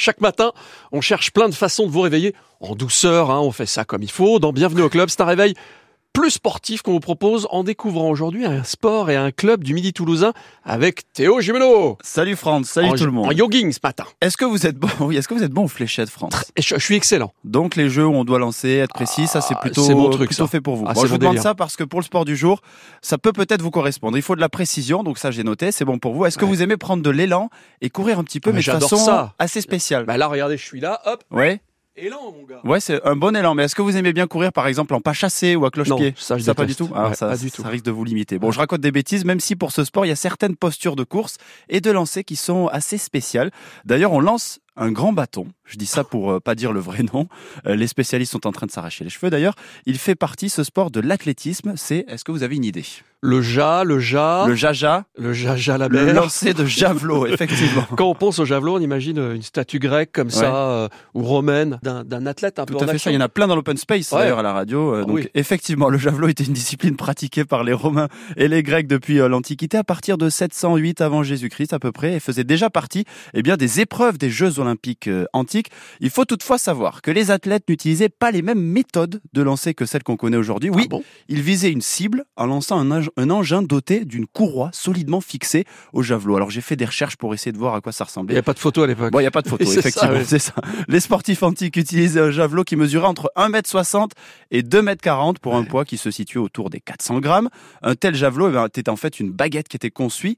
Chaque matin, on cherche plein de façons de vous réveiller en douceur, on fait ça comme il faut. Dans Bienvenue au Club, c'est un réveil plus sportif qu'on vous propose en découvrant aujourd'hui un sport et un club du Midi toulousain avec Théo Gimeno. Salut Franck, salut tout le monde. En jogging ce matin. Est-ce que vous êtes bon? Oui, est-ce que vous êtes bon aux fléchettes, Franck? Je suis excellent. Donc les jeux où on doit lancer, être précis, ça c'est plutôt mon truc, plutôt ça. fait pour vous. Ah, Bon, c'est je vous mon demande délire. ça parce que pour le sport du jour, ça peut peut-être vous correspondre. Il faut de la précision, donc ça j'ai noté, c'est bon pour vous. Est-ce que vous aimez prendre de l'élan et courir un petit peu, mais de j'adore façon ça. assez spéciale? Bah là, regardez, je suis là, hop, Ouais. élan mon gars. Ouais, c'est un bon élan. Mais est-ce que vous aimez bien courir, par exemple, en pas chassé ou à cloche-pied? Non, ça, je pas du déteste. tout. Ah, Ouais, ça, pas du tout. Ça risque de vous limiter. Bon, je raconte des bêtises, même si pour ce sport, il y a certaines postures de course et de lancer qui sont assez spéciales. D'ailleurs, on lance un grand bâton. Je dis ça pour pas dire le vrai nom. Les spécialistes sont en train de s'arracher les cheveux. D'ailleurs, il fait partie, ce sport, de l'athlétisme. Est-ce que vous avez une idée? Le jaja, Le jaja, la le belle. lancer de javelot, effectivement. Quand on pense au javelot, on imagine une statue grecque comme ça, ou romaine, d'un athlète un peu Tout en à fait action. ça. Il y en a plein dans l'open space, Ouais. d'ailleurs, à la radio. Donc, oui. effectivement, le javelot était une discipline pratiquée par les Romains et les Grecs depuis l'Antiquité, à partir de 708 avant Jésus-Christ, à peu près, et faisait déjà partie, des épreuves des Jeux Olympiques antiques. Il faut toutefois savoir que les athlètes n'utilisaient pas les mêmes méthodes de lancer que celles qu'on connaît aujourd'hui. Oui, Ah bon ils visaient une cible en lançant un engin doté d'une courroie solidement fixée au javelot. Alors, j'ai fait des recherches pour essayer de voir à quoi ça Il ressemblait. n'y a pas de photo à l'époque. Bon, il n'y a pas de photo, C'est effectivement, ça, oui. c'est ça. Les sportifs antiques utilisaient un javelot qui mesurait entre 1m60 et 2m40 pour un poids qui se situait autour des 400 grammes. Un tel javelot était en fait une baguette qui était conçue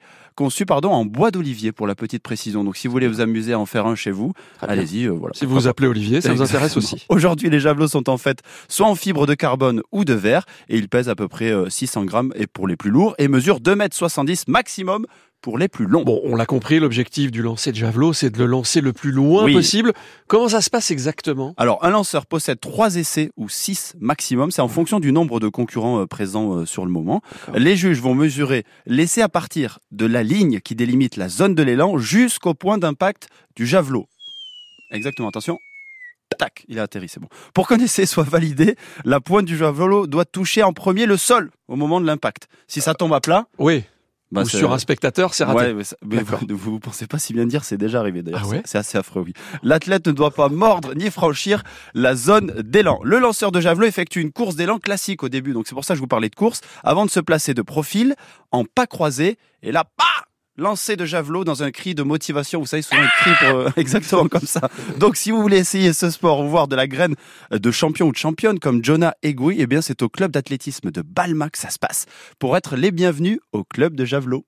en bois d'olivier, pour la petite précision. Donc, si vous voulez vous amuser à en faire un chez vous, Très bien. allez-y. Voilà. Si vous vous appelez Olivier, ça vous intéresse Exactement. aussi. Aujourd'hui, les javelots sont en fait soit en fibre de carbone ou de verre, et ils pèsent à peu près 600 grammes et pour les plus lourds, et mesurent 2,70 m maximum pour les plus longs. Bon, on l'a compris, l'objectif du lancer de javelot, c'est de le lancer le plus loin Oui. possible. Comment ça se passe exactement? Alors, un lanceur possède 3 essais ou 6 maximum. C'est en fonction du nombre de concurrents présents sur le moment. D'accord. Les juges vont mesurer l'essai à partir de la ligne qui délimite la zone de l'élan jusqu'au point d'impact du javelot. Exactement, attention. Tac, il a atterri, c'est bon. Pour qu'un essai soit validé, la pointe du javelot doit toucher en premier le sol au moment de l'impact. Si ça tombe à plat, Oui. bah, Ou sur un spectateur, c'est raté. Ouais, mais D'accord. vous pensez pas si bien dire, c'est déjà arrivé d'ailleurs. Ah ouais C'est assez affreux, oui. L'athlète ne doit pas mordre ni franchir la zone d'élan. Le lanceur de javelot effectue une course d'élan classique au début, donc c'est pour ça que je vous parlais de course, avant de se placer de profil, en pas croisé, et là, lancer de javelot dans un cri de motivation. Vous savez, souvent un cri pour exactement comme ça. Donc, si vous voulez essayer ce sport ou voir de la graine de champion ou de championne comme Jonah Egui, c'est au club d'athlétisme de Balma que ça se passe pour être les bienvenus au club de javelot.